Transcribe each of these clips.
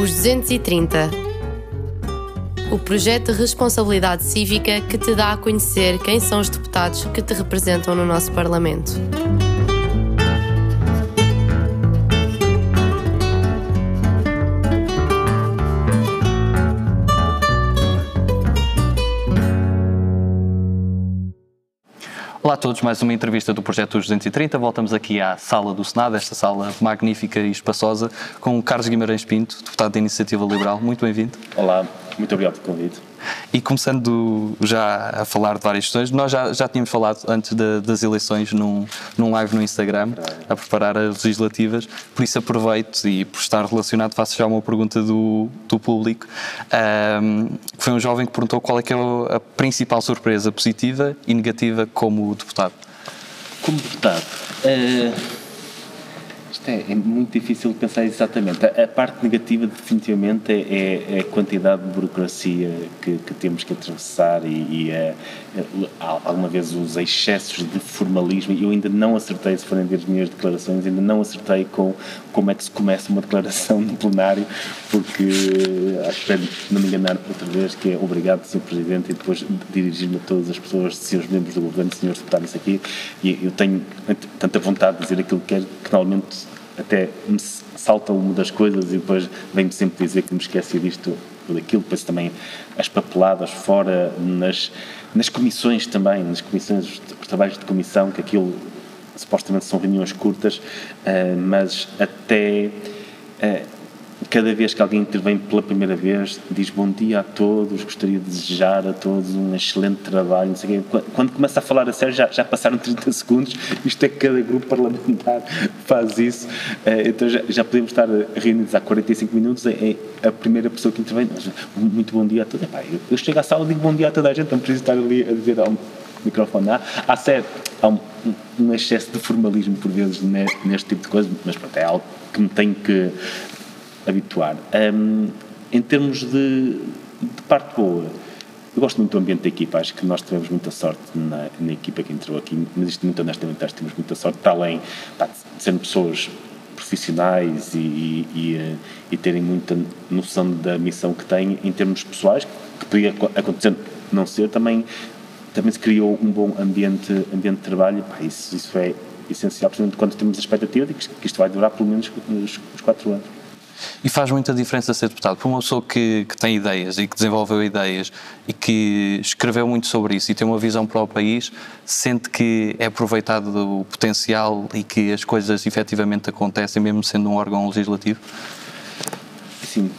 Os 230. O projeto de responsabilidade cívica que te dá a conhecer quem são os deputados que te representam no nosso Parlamento. Olá a todos, mais uma entrevista do Projeto 230. Voltamos aqui à sala do Senado, esta sala magnífica e espaçosa, com o Carlos Guimarães Pinto, deputado da Iniciativa Liberal. Muito bem-vindo. Olá, muito obrigado pelo convite. E começando já a falar de várias questões, nós já tínhamos falado antes das eleições num live no Instagram, a preparar as legislativas, por isso aproveito e por estar relacionado faço já uma pergunta do público, que foi um jovem que perguntou qual é que é a principal surpresa positiva e negativa como deputado. Como deputado, isto é muito difícil de pensar exatamente. A parte negativa definitivamente é a quantidade de burocracia que temos que atravessar e alguma vez os excessos de formalismo. Eu ainda não acertei, se forem ver as minhas declarações, ainda não acertei com como é que se começa uma declaração no plenário, porque espero não me enganar outra vez, que é obrigado, Sr. Presidente, e depois dirigir-me a todas as pessoas, senhores membros do Governo, senhores deputados aqui, e eu tenho tanta vontade de dizer aquilo que quero, que normalmente até me salta uma das coisas e depois vem-me sempre dizer que me esqueci disto ou daquilo. Depois também as papeladas fora, nas comissões também, nas comissões, os trabalhos de comissão, que aquilo supostamente são reuniões curtas, mas até cada vez que alguém intervém pela primeira vez, diz bom dia a todos, gostaria de desejar a todos um excelente trabalho, não sei o quê. Quando começa a falar a sério, já passaram 30 segundos, isto é que cada grupo parlamentar faz isso, então já podemos estar reunidos há 45 minutos, é a primeira pessoa que intervém, muito bom dia a todos. Eu chego à sala e digo bom dia a toda a gente, não preciso estar ali a dizer ao microfone. Há um excesso de formalismo por vezes neste tipo de coisa, mas pronto, é algo que me tenho que habituar. Em termos de parte boa, eu gosto muito do ambiente da equipa, acho que nós tivemos muita sorte na equipa que entrou aqui, mas isto muito honestamente acho que temos muita sorte, para além de serem pessoas profissionais e terem muita noção da missão que têm em termos pessoais, que podia acontecer não ser, também se criou um bom ambiente de trabalho, isso é essencial, principalmente quando temos a expectativa de que isto vai durar pelo menos os 4 anos. E faz muita diferença ser deputado. Para uma pessoa que tem ideias e que desenvolveu ideias e que escreveu muito sobre isso e tem uma visão para o país, sente que é aproveitado o potencial e que as coisas efetivamente acontecem, mesmo sendo um órgão legislativo? Sim.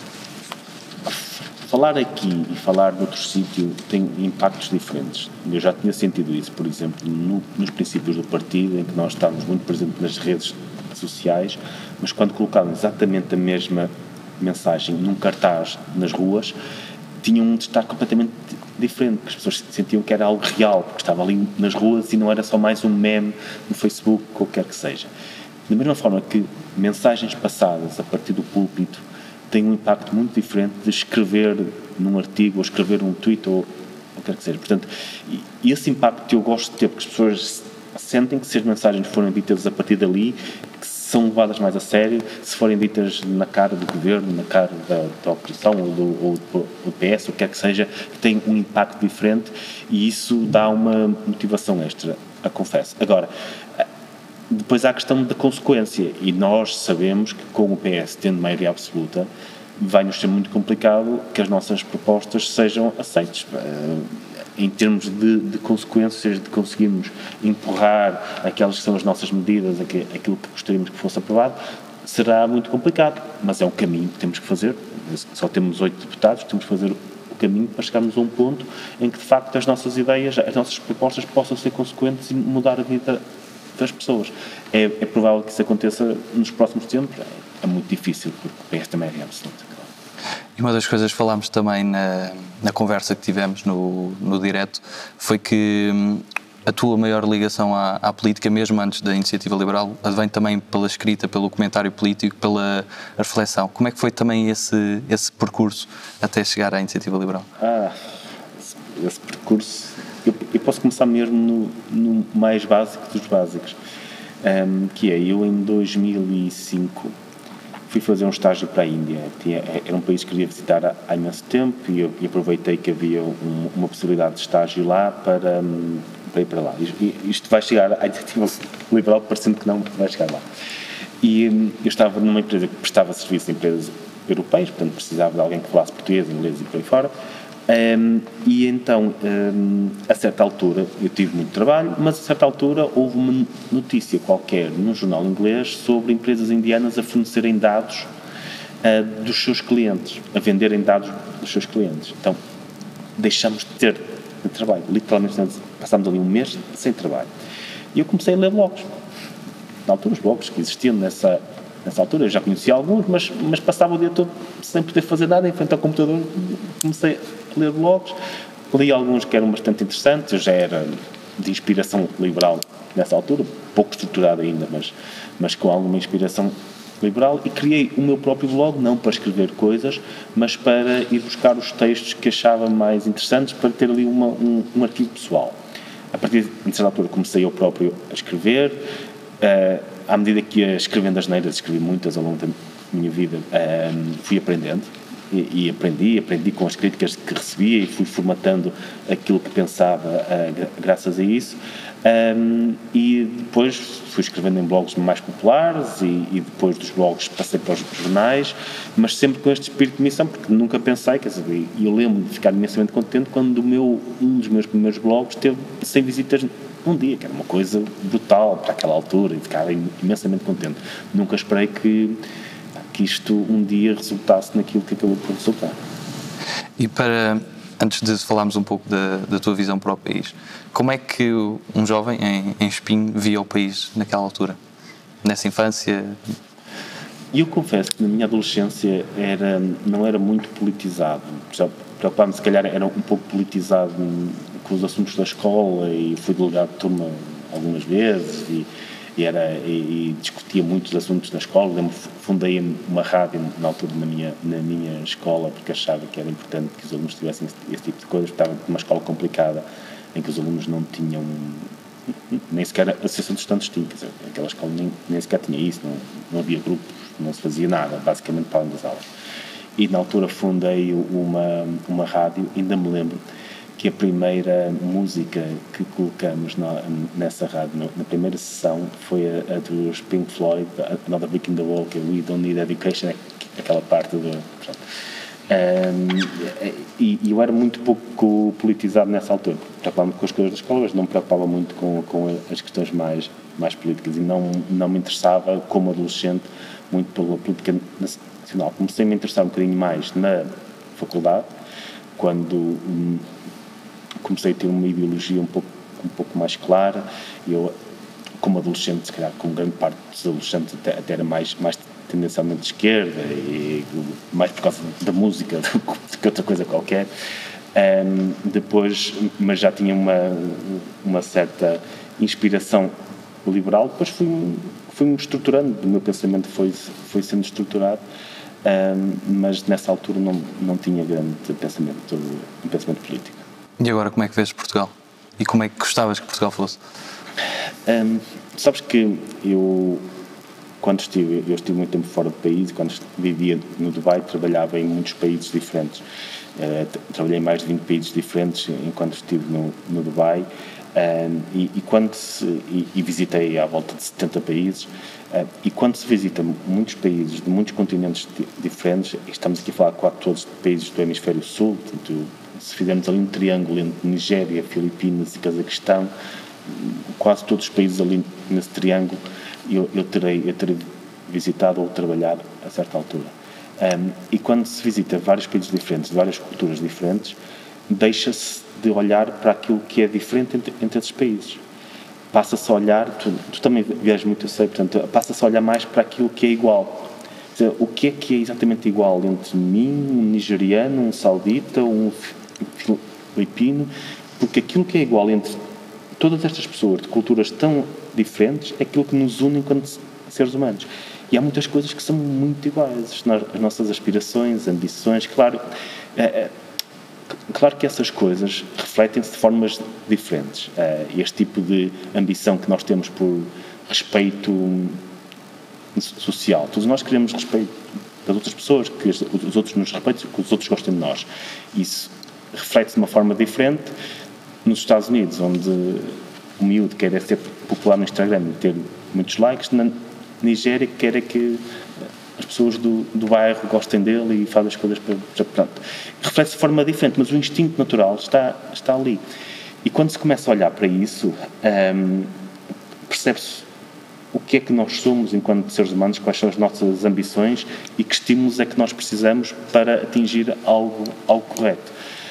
Falar aqui e falar noutro sítio tem impactos diferentes. Eu já tinha sentido isso, por exemplo, nos princípios do partido, em que nós estávamos muito presentes nas redes sociais, mas quando colocávamos exatamente a mesma mensagem num cartaz nas ruas, tinha um destaque completamente diferente, porque as pessoas sentiam que era algo real, porque estava ali nas ruas e não era só mais um meme no Facebook, ou quer que seja. Da mesma forma que mensagens passadas a partir do púlpito têm um impacto muito diferente de escrever num artigo ou escrever um tweet ou quer que seja. Portanto, e esse impacto eu gosto de ter, porque as pessoas sentem que se as mensagens forem ditas a partir dali, que são levadas mais a sério, se forem ditas na cara do governo, na cara da oposição ou do PS, ou quer que seja, que tem um impacto diferente e isso dá uma motivação extra, confesso. Agora, depois há a questão da consequência e nós sabemos que com o PS tendo maioria absoluta vai-nos ser muito complicado que as nossas propostas sejam aceitas. Em termos de consequências, de conseguirmos empurrar aquelas que são as nossas medidas, aquilo que gostaríamos que fosse aprovado, será muito complicado, mas é um caminho que temos que fazer. Só temos 8 deputados, temos que fazer o caminho para chegarmos a um ponto em que, de facto, as nossas ideias, as nossas propostas possam ser consequentes e mudar a vida das pessoas. É provável que isso aconteça nos próximos tempos, é muito difícil, porque o PS também é absoluto. E uma das coisas que falámos também na conversa que tivemos no direto foi que a tua maior ligação à política, mesmo antes da Iniciativa Liberal, advém também pela escrita, pelo comentário político, pela reflexão. Como é que foi também esse percurso até chegar à Iniciativa Liberal? Esse percurso, eu posso começar mesmo no mais básico dos básicos, que é, eu em 2005 fui fazer um estágio para a Índia. Era um país que queria visitar há imenso tempo e aproveitei que havia uma possibilidade de estágio lá para ir para lá. Isto vai chegar à iniciativa liberal, parecendo que não vai chegar lá. E eu estava numa empresa que prestava serviço a empresas europeias, portanto precisava de alguém que falasse português, inglês e por aí fora. E então, a certa altura, eu tive muito trabalho, mas a certa altura houve uma notícia qualquer num jornal inglês sobre empresas indianas a fornecerem dados dos seus clientes, a venderem dados dos seus clientes. Então, deixamos de ter trabalho, literalmente passámos ali um mês sem trabalho. E eu comecei a ler blogs. Na altura, os blogs que existiam nessa altura, eu já conhecia alguns, mas passava o dia todo sem poder fazer nada em frente ao computador. Comecei a ler blogs, li alguns que eram bastante interessantes. Eu já era de inspiração liberal nessa altura, pouco estruturado ainda, mas com alguma inspiração liberal, e criei o meu próprio blog, não para escrever coisas, mas para ir buscar os textos que achava mais interessantes, para ter ali um arquivo pessoal. A partir de certa altura comecei eu próprio a escrever. À medida que ia escrevendo as neiras, escrevi muitas ao longo da minha vida, fui aprendendo e aprendi com as críticas que recebia e fui formatando aquilo que pensava graças a isso. E depois fui escrevendo em blogs mais populares e depois dos blogs passei para os jornais, mas sempre com este espírito de missão, porque nunca pensei, quer dizer, e eu lembro de ficar imensamente contente quando um dos meus primeiros blogs teve 100 visitas um dia, que era uma coisa brutal para aquela altura, e ficava imensamente contente. Nunca esperei que isto um dia resultasse naquilo que acabou por resultar. E antes de falarmos um pouco da tua visão para o país, como é que um jovem em Espinho via o país naquela altura, nessa infância? Eu confesso que na minha adolescência não era muito politizado, preocupava-me, se calhar era um pouco politizado com os assuntos da escola, e fui delegado de turma algumas vezes e discutia muitos assuntos da escola. Fundei uma rádio na altura na minha escola, porque achava que era importante que os alunos tivessem esse tipo de coisas. Estava numa escola complicada em que os alunos não tinham nem sequer a associação de estudantes tinha, quer dizer, aquela escola nem sequer tinha isso, não havia grupos, não se fazia nada, basicamente para além das aulas. E na altura fundei uma rádio. Ainda me lembro que a primeira música que colocamos nessa rádio, na primeira sessão, foi a dos Pink Floyd, Another Brick in the Wall, que é We Don't Need Education, aquela parte do... E eu era muito pouco politizado nessa altura. Preocupava-me com as coisas da escola, mas não me preocupava muito com as questões mais políticas, e não me interessava, como adolescente, muito pela política nacional. Comecei a me interessar um bocadinho mais na faculdade, quando comecei a ter uma ideologia um pouco mais clara. Eu, como adolescente, se calhar como grande parte dos adolescentes, até era mais tendencialmente de esquerda, e mais por causa da música do que outra coisa qualquer. Depois, mas já tinha uma certa inspiração liberal. Depois fui-me estruturando, o meu pensamento foi sendo estruturado, mas nessa altura não tinha grande pensamento político. E agora como é que vês Portugal? E como é que gostavas que Portugal fosse? Sabes que eu estive muito tempo fora do país. Quando vivia no Dubai, trabalhava em muitos países diferentes. Trabalhei em mais de 20 países diferentes enquanto estive no Dubai, e visitei à volta de 70 países. E quando se visita muitos países de muitos continentes diferentes, e estamos aqui a falar quase todos de países do hemisfério sul, portanto, se fizermos ali um triângulo entre Nigéria, Filipinas e Cazaquistão, quase todos os países ali nesse triângulo eu terei visitado ou trabalhado a certa altura. E quando se visita vários países diferentes, várias culturas diferentes, deixa-se de olhar para aquilo que é diferente entre esses países. Passa-se a olhar, tu também viajas muito, eu sei, portanto, passa-se a olhar mais para aquilo que é igual. Quer dizer, o que é exatamente igual entre mim, um nigeriano, um saudita, um filipino, porque aquilo que é igual entre todas estas pessoas de culturas tão diferentes é aquilo que nos une enquanto seres humanos. E há muitas coisas que são muito iguais, as nossas aspirações, ambições, claro que essas coisas refletem-se de formas diferentes. Este tipo de ambição que nós temos por respeito social. Todos nós queremos respeito das outras pessoas, que os outros nos respeitem, que os outros gostem de nós. Isso reflete-se de uma forma diferente nos Estados Unidos, onde o miúdo quer ser popular no Instagram e ter muitos likes. Na Nigéria quer que as pessoas do bairro gostem dele e fazem as coisas para pronto. Reflete-se de forma diferente, mas o instinto natural está ali. E quando se começa a olhar para isso, percebe-se o que é que nós somos enquanto seres humanos, quais são as nossas ambições e que estímulos é que nós precisamos para atingir algo correto.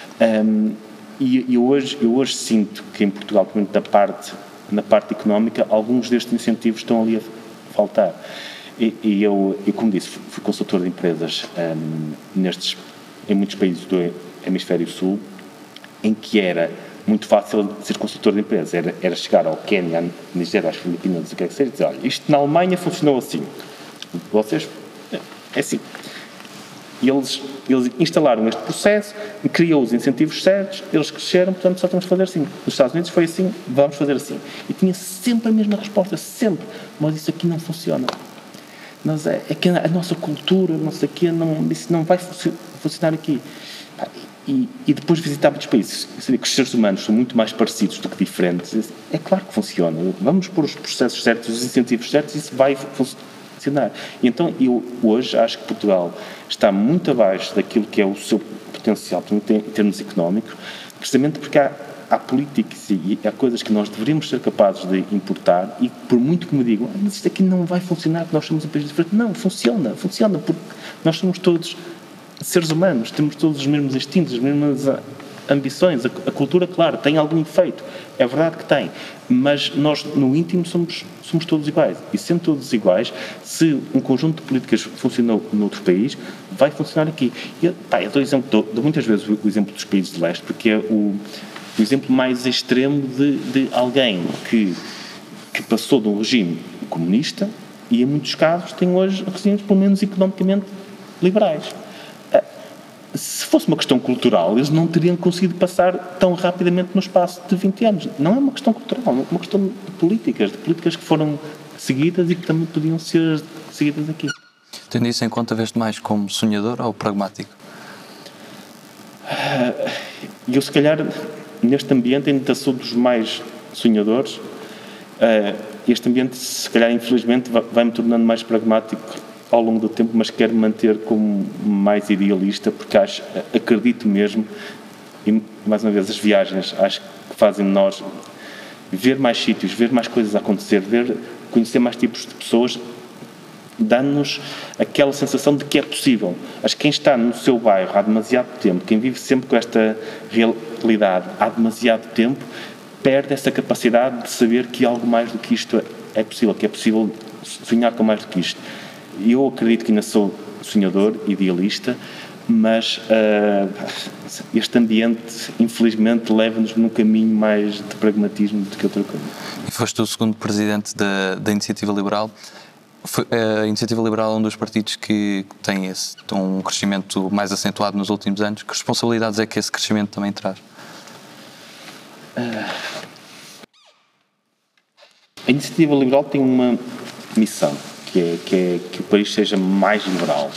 Eu hoje sinto que em Portugal, pelo menos na parte económica, alguns destes incentivos estão ali a faltar. E eu, como disse, fui consultor de empresas em muitos países do Hemisfério Sul, em que era muito fácil ser consultor de empresas. Era chegar ao Quênia, à Nigéria, às Filipinas, o que é que seja, e dizer, olha, isto na Alemanha funcionou assim. Vocês, é assim. E eles instalaram este processo, criou os incentivos certos, eles cresceram, portanto só temos que fazer assim. Nos Estados Unidos foi assim, vamos fazer assim. E tinha sempre a mesma resposta, sempre. Mas isso aqui não funciona. Mas é que a nossa cultura, não sei o quê, isso não vai funcionar aqui. E depois de visitar muitos países, que os seres humanos são muito mais parecidos do que diferentes, é claro que funciona. Vamos pôr os processos certos, os incentivos certos, e isso vai funcionar. E então, eu hoje acho que Portugal está muito abaixo daquilo que é o seu potencial em termos económicos, precisamente porque há políticas e há coisas que nós deveríamos ser capazes de importar e por muito que me digam, mas isto aqui não vai funcionar porque nós somos um país diferente. Não, funciona porque nós somos todos seres humanos, temos todos os mesmos instintos, as mesmas ambições. A cultura, claro, tem algum efeito, é verdade que tem, mas nós no íntimo somos todos iguais, e sendo todos iguais, se um conjunto de políticas funcionou noutro país, vai funcionar aqui. Eu dou muitas vezes o exemplo dos países de leste, porque é o exemplo mais extremo de alguém que passou de um regime comunista e em muitos casos tem hoje regimes pelo menos economicamente liberais. Se fosse uma questão cultural, eles não teriam conseguido passar tão rapidamente no espaço de 20 anos. Não é uma questão cultural, é uma questão de políticas que foram seguidas e que também podiam ser seguidas aqui. Tendo isso em conta, veste mais como sonhador ou pragmático? Eu, se calhar, neste ambiente ainda sou dos mais sonhadores. Este ambiente, se calhar, infelizmente, vai-me tornando mais pragmático ao longo do tempo, mas quero manter como mais idealista, porque acredito mesmo, e mais uma vez as viagens acho que fazem de nós ver mais sítios, ver mais coisas a acontecer, conhecer mais tipos de pessoas, dá-nos aquela sensação de que é possível. Acho que quem está no seu bairro há demasiado tempo, quem vive sempre com esta realidade há demasiado tempo, perde essa capacidade de saber que algo mais do que isto é possível, que é possível sonhar com mais do que isto. Eu acredito que ainda sou sonhador, idealista, mas este ambiente, infelizmente, leva-nos num caminho mais de pragmatismo do que outra coisa. E foste o segundo presidente da Iniciativa Liberal. A Iniciativa Liberal é um dos partidos que tem um crescimento mais acentuado nos últimos anos. Que responsabilidades é que esse crescimento também traz? A Iniciativa Liberal tem uma missão, que é que o país seja mais liberal.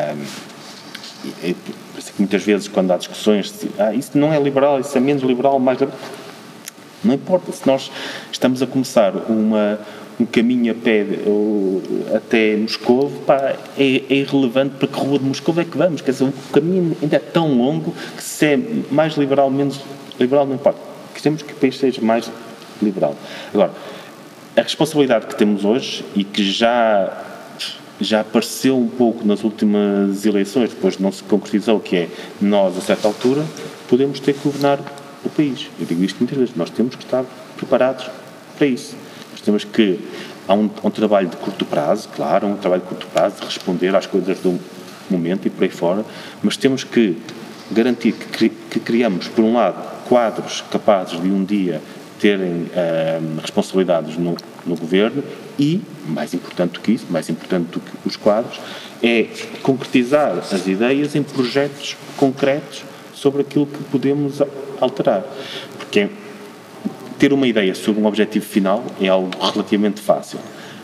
Muitas vezes, quando há discussões, isso não é liberal, isso é menos liberal, mais liberal. Não importa, se nós estamos a começar um caminho a pé até Moscovo, é irrelevante para que rua de Moscovo é que vamos. Quer dizer, o caminho ainda é tão longo que se é mais liberal, menos liberal, não importa. Queremos que o país seja mais liberal. Agora, a responsabilidade que temos hoje e que já apareceu um pouco nas últimas eleições, depois não se concretizou, que é nós, a certa altura, podemos ter que governar o país. Eu digo isto muitas vezes, nós temos que estar preparados para isso. Nós temos que... Há um trabalho de curto prazo, claro, um trabalho de curto prazo, de responder às coisas do momento e por aí fora, mas temos que garantir que criamos, por um lado, quadros capazes de um dia terem responsabilidades no governo e, mais importante do que isso, mais importante do que os quadros, é concretizar as ideias em projetos concretos sobre aquilo que podemos alterar. Porque ter uma ideia sobre um objetivo final é algo relativamente fácil.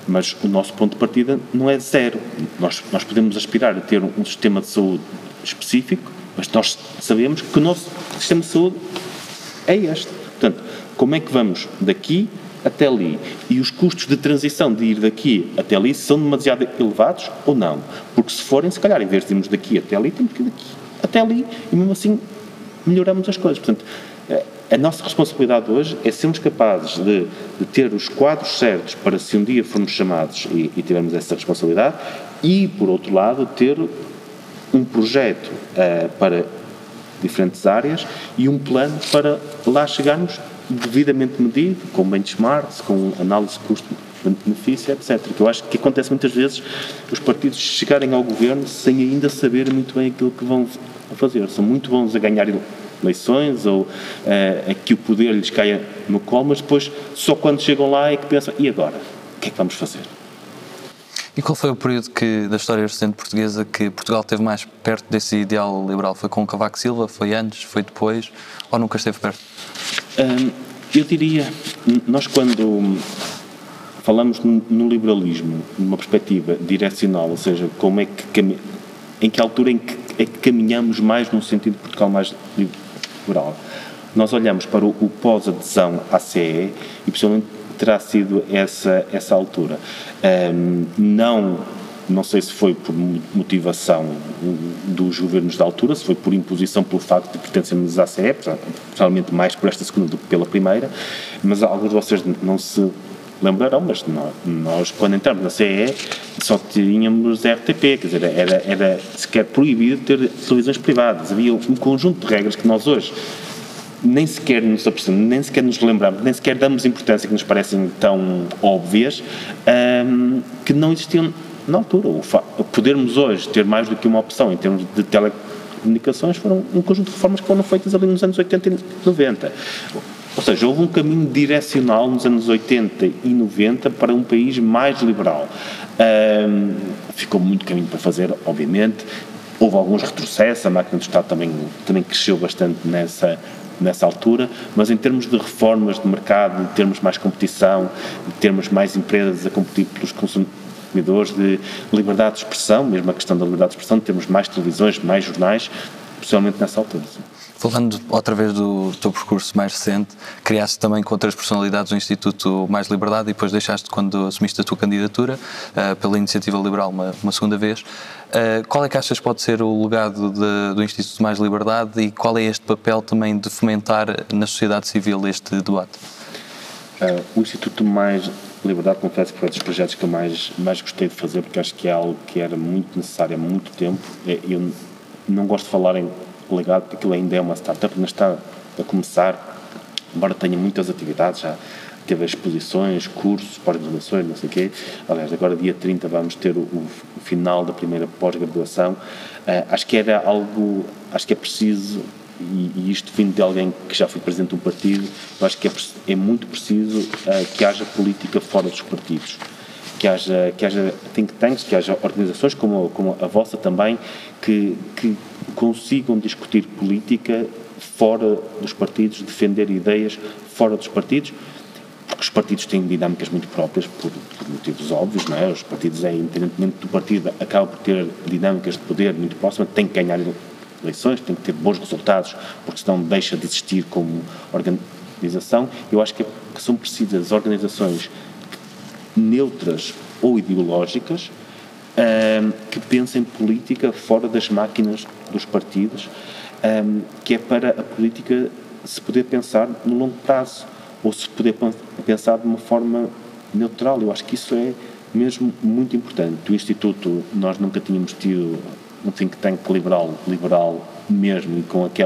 Mas o nosso ponto de partida não é zero. Nós podemos aspirar a ter um sistema de saúde específico, mas nós sabemos que o nosso sistema de saúde é este. Portanto, como é que vamos daqui até ali? E os custos de transição de ir daqui até ali são demasiado elevados ou não? Porque se forem, se calhar, em vez de irmos daqui até ali, temos que ir daqui até ali e mesmo assim melhoramos as coisas. Portanto, a nossa responsabilidade hoje é sermos capazes de ter os quadros certos para se um dia formos chamados e tivermos essa responsabilidade e, por outro lado, ter um projeto para diferentes áreas e um plano para lá chegarmos devidamente medido, com benchmarks, com análise de custo-benefício, etc. Que eu acho que acontece muitas vezes os partidos chegarem ao governo sem ainda saber muito bem aquilo que vão fazer. São muito bons a ganhar eleições ou a que o poder lhes caia no colo, mas depois só quando chegam lá é que pensam, e agora? O que é que vamos fazer? E qual foi o período da história recente portuguesa que Portugal esteve mais perto desse ideal liberal? Foi com Cavaco Silva? Foi antes? Foi depois? Ou nunca esteve perto? Eu diria, nós quando falamos no liberalismo, numa perspectiva direcional, ou seja, como é que em que altura é que caminhamos mais num sentido de Portugal mais liberal, nós olhamos para o pós-adesão à CE e possivelmente terá sido essa altura. Não sei se foi por motivação dos governos da altura, se foi por imposição pelo facto de pertencermos à CE, provavelmente mais por esta segunda do que pela primeira, mas alguns de vocês não se lembrarão, mas nós quando entramos na CE só tínhamos RTP, quer dizer, era sequer proibido ter televisões privadas, havia um conjunto de regras que nós hoje nem sequer nos apercebemos, nem sequer nos lembramos, nem sequer damos importância, que nos parecem tão óbvias, que não existiam na altura. Podermos hoje ter mais do que uma opção em termos de telecomunicações foram um conjunto de reformas que foram feitas ali nos anos 80 e 90. Ou seja, houve um caminho direcional nos anos 80 e 90 para um país mais liberal. Ficou muito caminho para fazer, obviamente. Houve alguns retrocessos, a máquina do Estado também cresceu bastante nessa altura, mas em termos de reformas de mercado, de termos mais competição, de termos mais empresas a competir pelos consumidores, de liberdade de expressão, mesmo a questão da liberdade de expressão, de termos mais televisões, mais jornais, especialmente nessa altura. Sim. Falando outra vez do teu percurso mais recente, criaste também com outras personalidades o Instituto Mais Liberdade e depois deixaste, quando assumiste a tua candidatura pela Iniciativa Liberal uma segunda vez. Qual é que achas pode ser o legado do Instituto Mais Liberdade e qual é este papel também de fomentar na sociedade civil este debate? O Instituto Mais Liberdade, confesso que foi um dos projetos que eu mais gostei de fazer, porque acho que é algo que era muito necessário há muito tempo. Eu não gosto de falar em legado, porque aquilo ainda é uma startup, mas está a começar, embora tenha muitas atividades, já teve exposições, cursos, pós-graduações, não sei o quê. Aliás, agora dia 30 vamos ter o final da primeira pós-graduação. Acho que era algo, acho que é preciso, e isto vindo de alguém que já foi presidente de um partido, eu acho que é muito preciso que haja política fora dos partidos. Que haja think tanks, que haja organizações como a vossa também, que consigam discutir política fora dos partidos, defender ideias fora dos partidos, porque os partidos têm dinâmicas muito próprias, por motivos óbvios, não é? Os partidos, independentemente do partido, acabam por ter dinâmicas de poder muito próximas, têm que ganhar eleições, têm que ter bons resultados, porque senão deixa de existir como organização. Eu acho que são precisas organizações neutras ou ideológicas que pensem política fora das máquinas dos partidos, que é para a política se poder pensar no longo prazo ou se poder pensar de uma forma neutral. Eu acho que isso é mesmo muito importante. O Instituto, nós nunca tínhamos tido um think tank liberal mesmo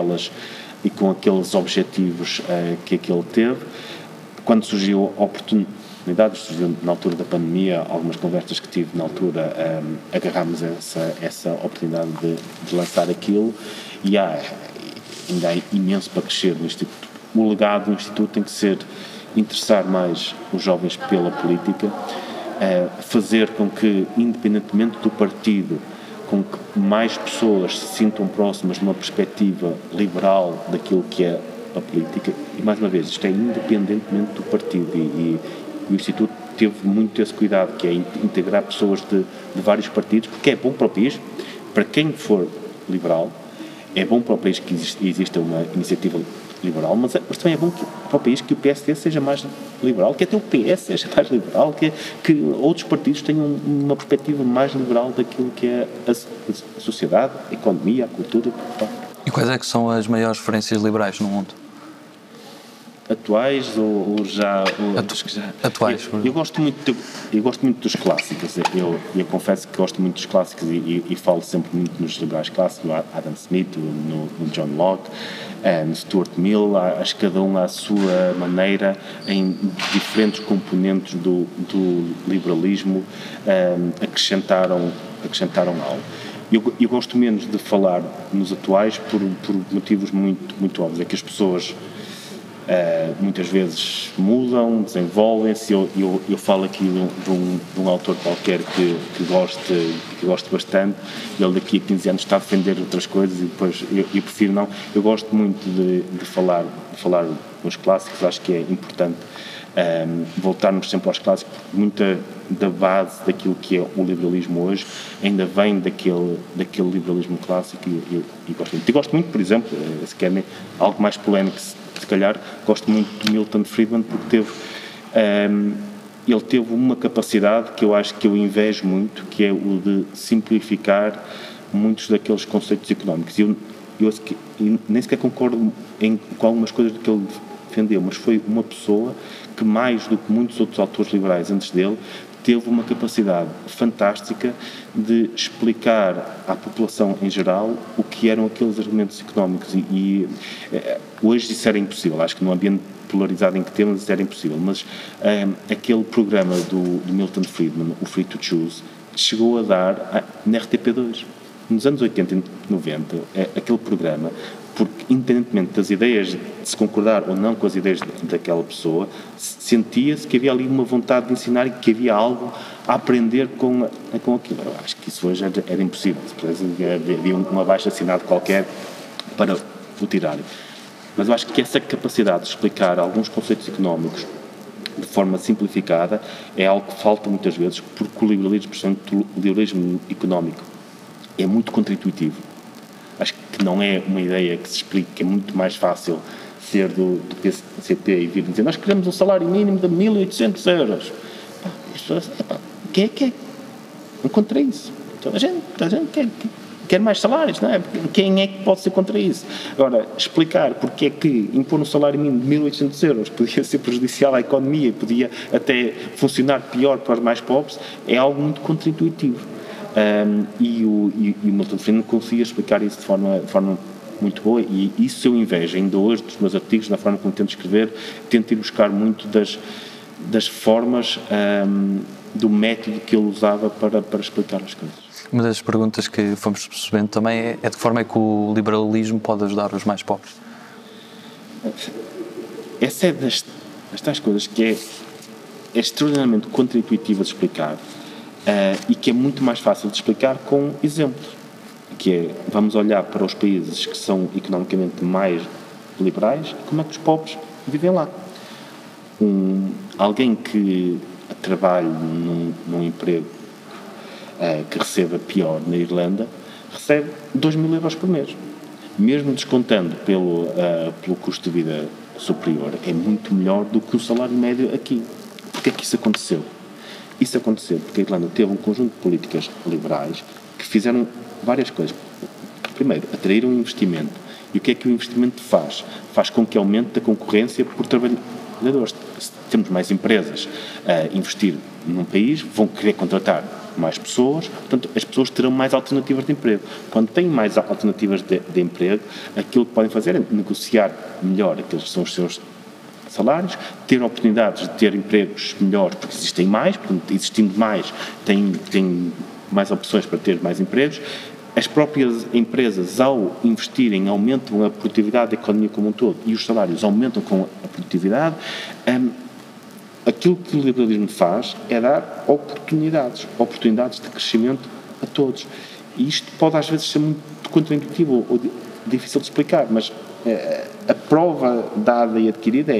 e com aqueles objetivos que aquele teve. Quando surgiu a oportunidade, surgiu na altura da pandemia, algumas conversas que tive na altura, agarrámos essa oportunidade de lançar aquilo e ainda há imenso para crescer no Instituto. O legado do Instituto tem que ser interessar mais os jovens pela política, fazer com que, independentemente do partido, com que mais pessoas se sintam próximas de uma perspectiva liberal daquilo que é a política. E mais uma vez, isto é independentemente do partido e o Instituto teve muito esse cuidado, que é integrar pessoas de vários partidos, porque é bom para o país, para quem for liberal, é bom para o país que exista uma iniciativa liberal, mas também é bom para o país que o PSD seja mais liberal, que até o PS seja mais liberal, que outros partidos tenham uma perspectiva mais liberal daquilo que é a sociedade, a economia, a cultura. E quais é que são as maiores referências liberais no mundo? Atuais ou já... Atuais. Eu gosto muito dos clássicos. Eu confesso que gosto muito dos clássicos e falo sempre muito nos liberais clássicos, no Adam Smith, no John Locke, no Stuart Mill. Acho que cada um à sua maneira, em diferentes componentes do liberalismo, acrescentaram algo. Eu gosto menos de falar nos atuais por motivos muito óbvios. É que as pessoas muitas vezes mudam, desenvolvem-se. Eu falo aqui de um autor qualquer que gosto bastante. Ele daqui a 15 anos está a defender outras coisas e depois eu prefiro não. Eu gosto muito de falar nos clássicos. Acho que é importante voltarmos sempre aos clássicos, porque muita da base daquilo que é o liberalismo hoje ainda vem daquele liberalismo clássico e gosto muito. E gosto muito, por exemplo, se querem algo mais polémico, se calhar, gosto muito de Milton Friedman, porque ele teve uma capacidade que eu acho que eu invejo muito, que é o de simplificar muitos daqueles conceitos económicos. Eu nem sequer concordo com algumas coisas que ele defendeu, mas foi uma pessoa que, mais do que muitos outros autores liberais antes dele, teve uma capacidade fantástica de explicar à população em geral o que eram aqueles argumentos económicos e hoje isso era impossível. Acho que no ambiente polarizado em que temos isso era impossível, mas aquele programa do Milton Friedman, o Free to Choose, chegou a dar na RTP2 nos anos 80 e 90, aquele programa, porque independentemente das ideias, de se concordar ou não com as ideias daquela pessoa, sentia-se que havia ali uma vontade de ensinar e que havia algo a aprender com aquilo. Eu acho que isso hoje era impossível. Havia um abaixo-assinado qualquer para o tirarem. Mas eu acho que essa capacidade de explicar alguns conceitos económicos de forma simplificada é algo que falta muitas vezes, porque o liberalismo, portanto, o liberalismo económico é muito contra-intuitivo. Acho que não é uma ideia que se explique, que é muito mais fácil ser do PCP e vir dizer nós queremos um salário mínimo de 1.800 euros. Quem é que é contra isso? Então, a gente quer mais salários, não é? Quem é que pode ser contra isso? Agora, explicar porque é que impor um salário mínimo de 1.800 euros podia ser prejudicial à economia e podia até funcionar pior para os mais pobres é algo muito contra-intuitivo. E o Milton Friedman conseguia explicar isso de forma muito boa e isso eu invejo ainda hoje dos meus artigos, na forma como tento escrever, tento ir buscar muito das formas do método que ele usava para explicar as coisas. Uma das perguntas que fomos percebendo também é de que forma é que o liberalismo pode ajudar os mais pobres? Essa é das tais coisas que é extraordinariamente contra-intuitiva de explicar. E que é muito mais fácil de explicar com exemplos, que é, vamos olhar para os países que são economicamente mais liberais e como é que os pobres vivem lá. Alguém que trabalhe num emprego que receba pior na Irlanda, recebe 2.000 euros por mês. Mesmo descontando pelo custo de vida superior, é muito melhor do que o salário médio aqui. Porquê é que isso aconteceu? Isso aconteceu porque a Irlanda teve um conjunto de políticas liberais que fizeram várias coisas. Primeiro, atraíram investimento. E o que é que o investimento faz? Faz com que aumente a concorrência por trabalhadores. Se temos mais empresas a investir num país, vão querer contratar mais pessoas, portanto, as pessoas terão mais alternativas de emprego. Quando têm mais alternativas de emprego, aquilo que podem fazer é negociar melhor aqueles que são os seus salários, ter oportunidades de ter empregos melhores, porque existem mais, portanto, existindo mais, têm mais opções para ter mais empregos. As próprias empresas, ao investirem, aumentam a produtividade da economia como um todo e os salários aumentam com a produtividade. Aquilo que o liberalismo faz é dar oportunidades de crescimento a todos. E isto pode às vezes ser muito contraintuitivo ou difícil de explicar, mas a prova dada e adquirida é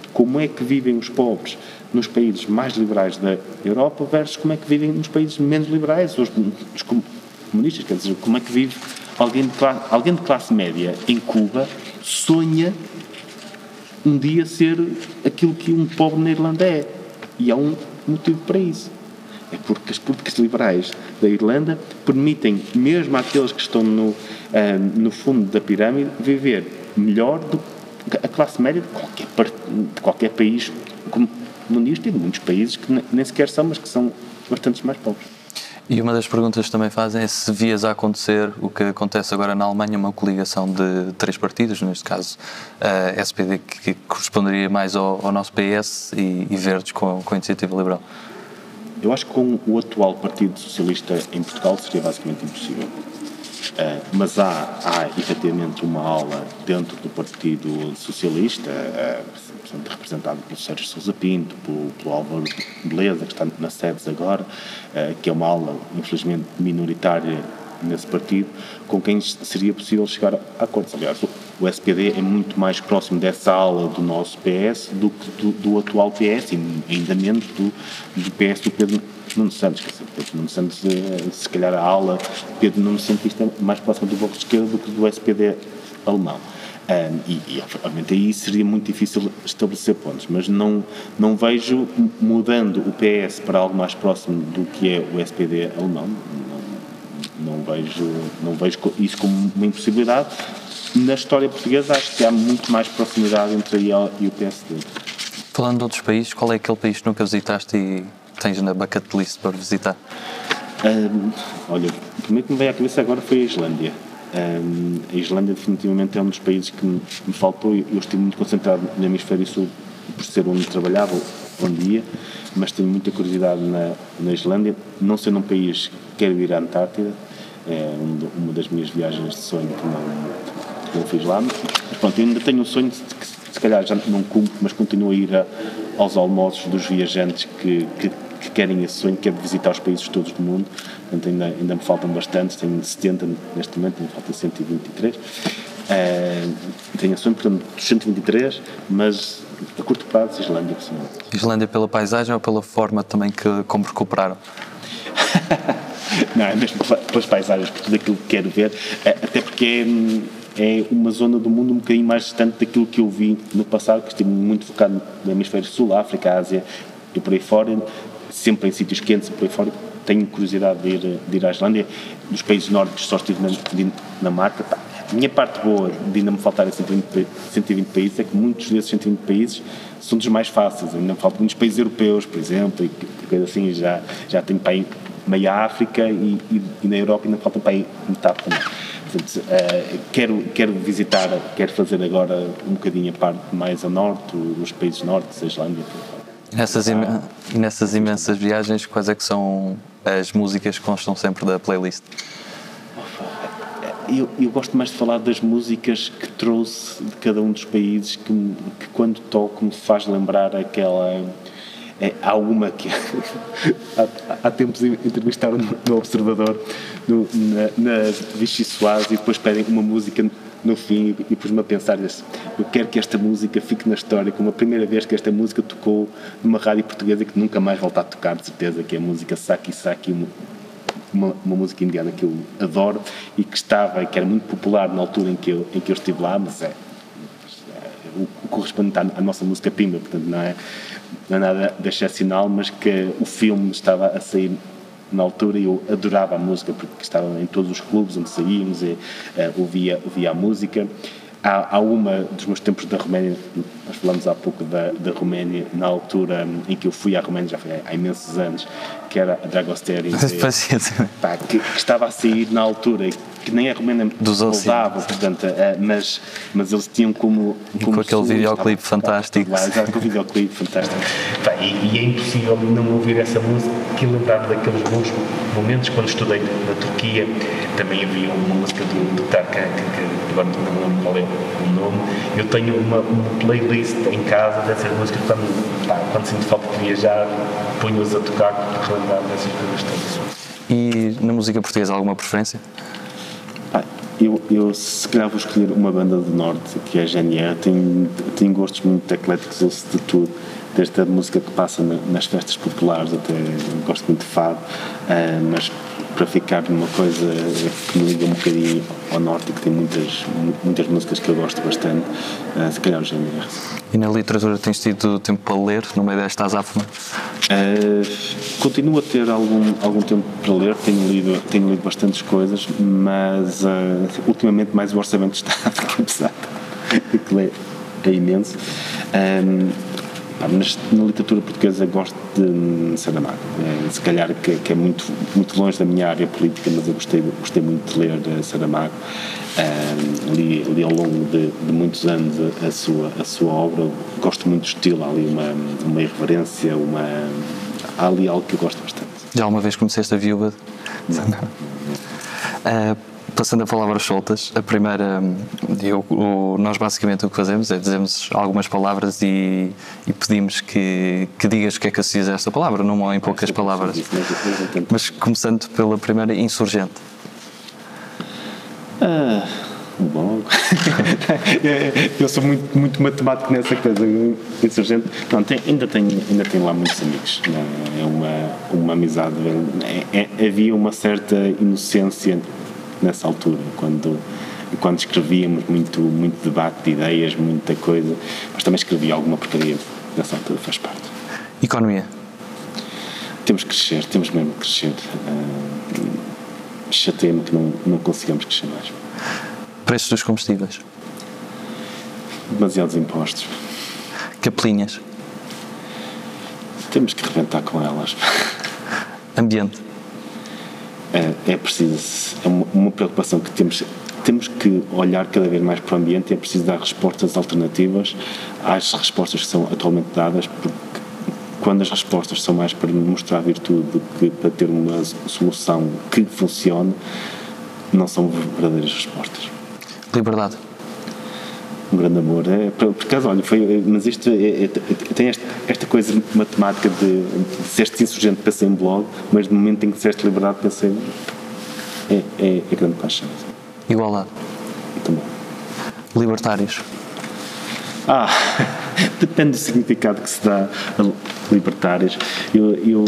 como é que vivem os pobres nos países mais liberais da Europa versus como é que vivem nos países menos liberais, os comunistas, quer dizer, como é que vive alguém de classe média em Cuba sonha um dia ser aquilo que um pobre na Irlanda é, e há um motivo para isso. É porque as políticas liberais da Irlanda permitem, mesmo àqueles que estão no fundo da pirâmide, viver melhor do que a classe média de qualquer país comunista e de muitos países que nem sequer são, mas que são bastante mais pobres. E uma das perguntas que também fazem é se vias a acontecer o que acontece agora na Alemanha, uma coligação de 3 partidos, neste caso a SPD, que corresponderia mais ao nosso PS, e Verdes com a Iniciativa Liberal. Eu acho que com o atual Partido Socialista em Portugal seria basicamente impossível. Mas há efetivamente uma ala dentro do Partido Socialista, representado pelo Sérgio Sousa Pinto, pelo Álvaro Beleza, que está na SEDES agora, que é uma ala, infelizmente, minoritária nesse partido, com quem seria possível chegar a acordos. Aliás, o SPD é muito mais próximo dessa ala do nosso PS do que do atual PS, e ainda menos do PS do Pedro Nuno Santos. Quer dizer, Pedro Nuno Santos, se calhar a ala Pedro Nuno Santos é mais próxima do Bloco de Esquerda do que do SPD alemão. E obviamente aí seria muito difícil estabelecer pontos, mas não vejo mudando o PS para algo mais próximo do que é o SPD alemão. Não vejo isso como uma impossibilidade. Na história portuguesa acho que há muito mais proximidade entre a IEL e o PSD. Falando de outros países, qual é aquele país que nunca visitaste e tens na bucket list para visitar? Olha, o primeiro que me veio à cabeça agora foi a Islândia. A Islândia definitivamente é um dos países que me faltou. Eu estive muito concentrado no hemisfério sul por ser onde trabalhava, onde ia, mas tenho muita curiosidade na Islândia, não sendo um país que quero ir à Antártida. É uma das minhas viagens de sonho que não fiz lá, mas pronto, eu ainda tenho um sonho que se calhar já não cumpro, mas continuo a ir aos almoços dos viajantes que querem esse sonho, que é visitar os países todos do mundo. Portanto, ainda me faltam bastantes, tenho 70 neste momento, me faltam 123. Tenho esse sonho, portanto, dos 123, mas a curto prazo, Islândia, possivelmente. Islândia pela paisagem ou pela forma também como recuperaram? Não, é mesmo pelas paisagens, por tudo aquilo que quero ver, até porque é uma zona do mundo um bocadinho mais distante daquilo que eu vi no passado, que estive muito focado no hemisfério sul, África, Ásia e por aí fora, sempre em sítios quentes e por aí fora. Tenho curiosidade de ir à Islândia. Dos países nórdicos só estive na Dinamarca. A minha parte boa de ainda me faltarem 120 países é que muitos desses 120 países são dos mais fáceis. Ainda me faltam muitos países europeus, por exemplo, e coisa assim. Já tenho para aí meia África e na Europa ainda falta para aí metade também. Portanto, quero visitar, quero fazer agora um bocadinho a parte mais a norte, os países nórdicos, a Islândia. E nessas imensas viagens, quais é que são as músicas que constam sempre da playlist? Eu gosto mais de falar das músicas que trouxe de cada um dos países, que quando toco me faz lembrar aquela... Há uma que há tempos entrevistaram no Observador, na Vichy Soares, e depois pedem uma música no fim e pus-me a pensar assim, eu quero que esta música fique na história como a primeira vez que esta música tocou numa rádio portuguesa, que nunca mais volta a tocar, de certeza, que é a música Saki Saki, uma música indiana que eu adoro e que era muito popular na altura em que eu estive lá, mas corresponde à nossa música prima, portanto não é nada de excepcional, mas que o filme estava a sair na altura e eu adorava a música porque estava em todos os clubes onde saíamos e ouvia a música. Há uma dos meus tempos da Roménia, nós falamos há pouco da Roménia, na altura em que eu fui à Roménia, já foi há imensos anos, que era a Dragosteri, que estava a sair na altura, que nem a Roménia usava, portanto, mas eles tinham como com aquele videoclipe fantástico. Com o videoclipe fantástico. E é impossível não ouvir essa música e lembrar daqueles bons momentos quando estudei na Turquia. Também havia uma música do Tarkan, que agora não me lembro qual é o nome. Eu tenho uma playlist em casa dessas músicas, quando sinto falta de viajar, ponho-as a tocar para relembrar dessas coisas todas. E na música portuguesa, alguma preferência? Eu se calhar vou escolher uma banda do Norte, que é a GNR. Tenho gostos muito ecléticos, ouço de tudo, desde a música que passa nas festas populares, até gosto muito de fado, mas para ficar numa coisa que me liga um bocadinho ao Norte e que tem muitas músicas que eu gosto bastante, se calhar o GNR. E na literatura tens tido tempo para ler, no meio desta azáfama? Continuo a ter algum tempo para ler, tenho lido bastantes coisas, mas ultimamente mais o orçamento está pesado, que é imenso. Mas na literatura portuguesa gosto de Saramago, se calhar que é muito, muito longe da minha área política, mas eu gostei muito de ler Saramago. Li ao longo de muitos anos a sua obra. Gosto muito do estilo, há ali uma irreverência, há ali algo que eu gosto bastante. Já alguma vez conheceste a Viúva? Não. Passando a palavras soltas, a primeira, nós basicamente o que fazemos é dizemos algumas palavras e pedimos que digas o que é que associas a esta palavra, não em poucas palavras. Mas começando pela primeira, insurgente. Bom, eu sou muito matemático nessa coisa, insurgente. Pronto, ainda tenho lá muitos amigos, é uma amizade. Havia uma certa inocência nessa altura, quando escrevíamos muito debate de ideias, muita coisa, mas também escrevia alguma porcaria nessa altura, faz parte. Economia. Temos mesmo que crescer. Chateia-me que não consigamos crescer mais. Preços dos combustíveis. Demasiados impostos. Capelinhas. Temos que rebentar com elas. Ambiente. É preciso, é uma preocupação que temos que olhar cada vez mais para o ambiente. É preciso dar respostas alternativas às respostas que são atualmente dadas, porque quando as respostas são mais para mostrar virtude do que para ter uma solução que funcione, não são verdadeiras respostas. Liberdade. Um grande amor. Por acaso, olha, mas isto tem esta coisa matemática de disseste insurgente, pensei em blog, mas no momento em que disseste liberdade, pensei é grande paixão. Igualdade. Também. Libertários. Depende do significado que se dá a libertários. Eu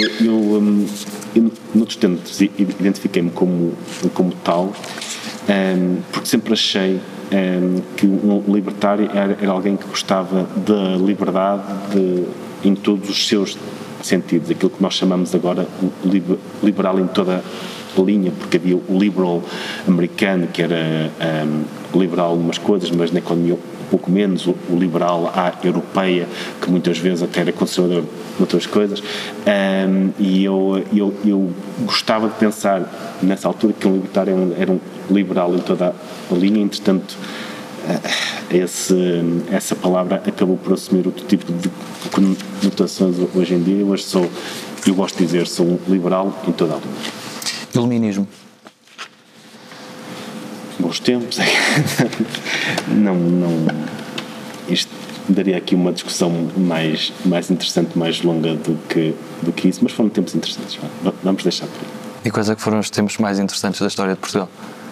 noutros tempos identifiquei-me como tal, porque sempre achei que um libertário era alguém que gostava da liberdade em todos os seus sentidos, aquilo que nós chamamos agora liberal em toda a linha, porque havia o liberal americano, que era liberal em umas coisas, mas na economia um pouco menos, o liberal europeia, que muitas vezes até era conservador em outras coisas, e eu gostava de pensar nessa altura que um libertário era um liberal em toda a linha. Entretanto, essa palavra acabou por assumir outro tipo de conotações hoje em dia. Eu gosto de dizer, sou um liberal em toda a linha. Iluminismo. Bons tempos. Não. Isto daria aqui uma discussão mais interessante, mais longa do que isso, mas foram tempos interessantes. Vamos deixar por aí. E quais é que foram os tempos mais interessantes da história de Portugal?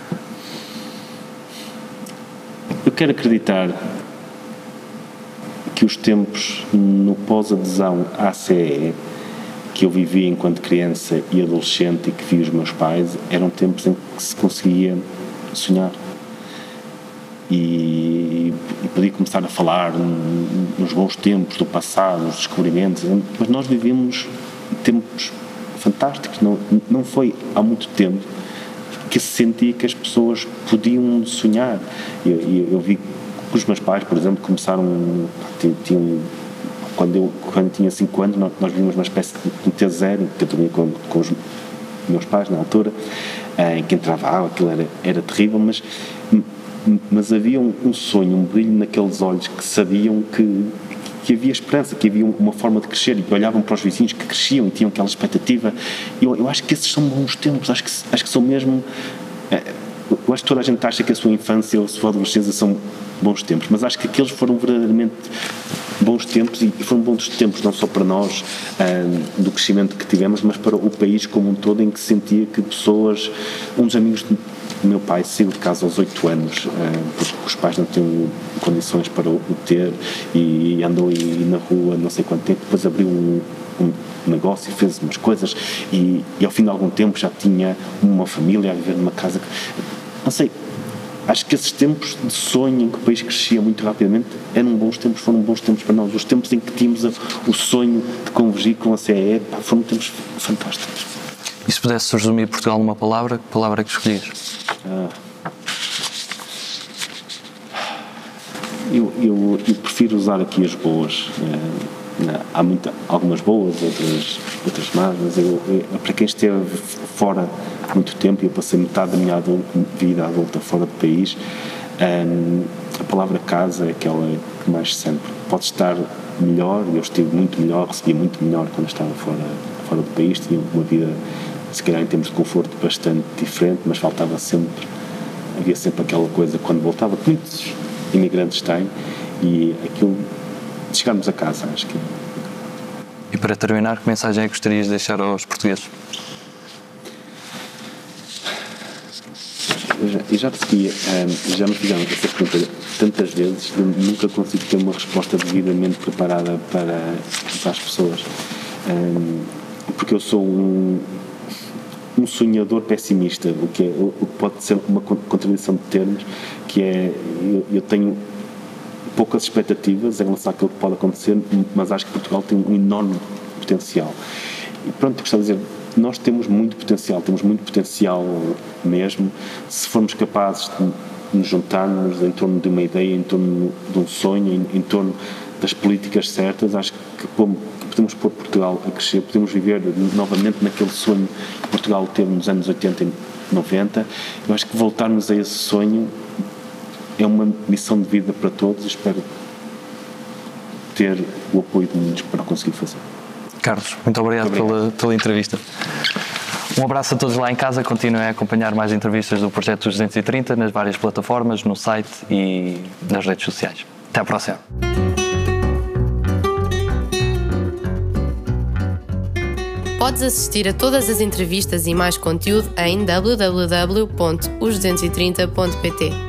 Eu quero acreditar que os tempos no pós-adesão à CEE, que eu vivi enquanto criança e adolescente e que vi os meus pais, eram tempos em que se conseguia sonhar. E podia começar a falar nos bons tempos do passado, nos descobrimentos, mas nós vivemos tempos fantásticos. Não foi há muito tempo que se sentia que as pessoas podiam sonhar. Eu vi que os meus pais, por exemplo, começaram, quando tinha 5 anos, nós vimos uma espécie de T0, que eu dormia com os meus pais na altura, em que entrava água, aquilo era terrível, mas havia um sonho, um brilho naqueles olhos que sabiam que havia esperança, que havia uma forma de crescer, e que olhavam para os vizinhos que cresciam e tinham aquela expectativa. Eu acho que esses são bons tempos, acho que são mesmo... Eu acho que toda a gente acha que a sua infância ou a sua adolescência são bons tempos, mas acho que aqueles foram verdadeiramente bons tempos, e foram bons tempos não só para nós, do crescimento que tivemos, mas para o país como um todo, em que sentia que pessoas... Um dos amigos O meu pai saiu de casa aos 8 anos, porque os pais não tinham condições para o ter, e andou aí na rua não sei quanto tempo, depois abriu um negócio e fez umas coisas, e ao fim de algum tempo já tinha uma família a viver numa casa. Não sei, acho que esses tempos de sonho em que o país crescia muito rapidamente foram bons tempos para nós. Os tempos em que tínhamos o sonho de convergir com a CEE, foram tempos fantásticos. E se pudesse resumir Portugal numa palavra, que palavra é que escolhias? Eu prefiro usar aqui as boas. Há algumas boas, outras más, mas para quem esteve fora muito tempo, eu passei metade da minha vida adulta fora do país, a palavra casa é aquela que mais se sente. Pode estar melhor, eu estive muito melhor, recebi muito melhor quando estava fora do país, tinha uma vida, se calhar em termos de conforto, bastante diferente, mas havia sempre aquela coisa quando voltava, que muitos imigrantes têm, e aquilo de chegarmos a casa, acho que. E para terminar, que mensagem é que gostarias de deixar aos portugueses? Já percebi, já me fizeram essa pergunta tantas vezes, eu nunca consigo ter uma resposta devidamente preparada para as pessoas, porque eu sou um sonhador pessimista, o que pode ser uma contradição de termos, que é, eu tenho poucas expectativas em relação àquilo que pode acontecer, mas acho que Portugal tem um enorme potencial. E pronto, eu gostava de dizer, nós temos muito potencial mesmo, se formos capazes de nos juntarmos em torno de uma ideia, em torno de um sonho, em torno das políticas certas. Acho que podemos pôr Portugal a crescer, podemos viver novamente naquele sonho que Portugal teve nos anos 80 e 90. Eu acho que voltarmos a esse sonho é uma missão de vida para todos, e espero ter o apoio de muitos para conseguir fazer. Carlos, muito obrigado. Pela entrevista. Um abraço a todos lá em casa, continuem a acompanhar mais entrevistas do Projeto 230 nas várias plataformas, no site e nas redes sociais. Até à próxima. Podes assistir a todas as entrevistas e mais conteúdo em www.os230.pt.